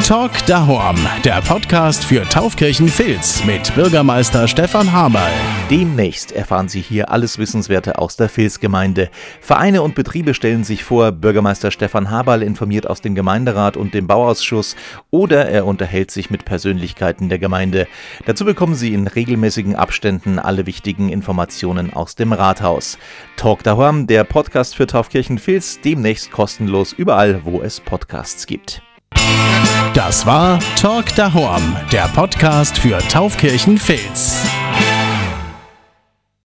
Talk Dahorm, der Podcast für Taufkirchen Vils mit Bürgermeister Stefan Haberl. Demnächst erfahren Sie hier alles Wissenswerte aus der Vils-Gemeinde. Vereine und Betriebe stellen sich vor, Bürgermeister Stefan Haberl informiert aus dem Gemeinderat und dem Bauausschuss oder er unterhält sich mit Persönlichkeiten der Gemeinde. Dazu bekommen Sie in regelmäßigen Abständen alle wichtigen Informationen aus dem Rathaus. Talk Dahorm, der Podcast für Taufkirchen Vils, demnächst kostenlos überall, wo es Podcasts gibt. Das war Talk Dahorm, der Podcast für Taufkirchen Vils.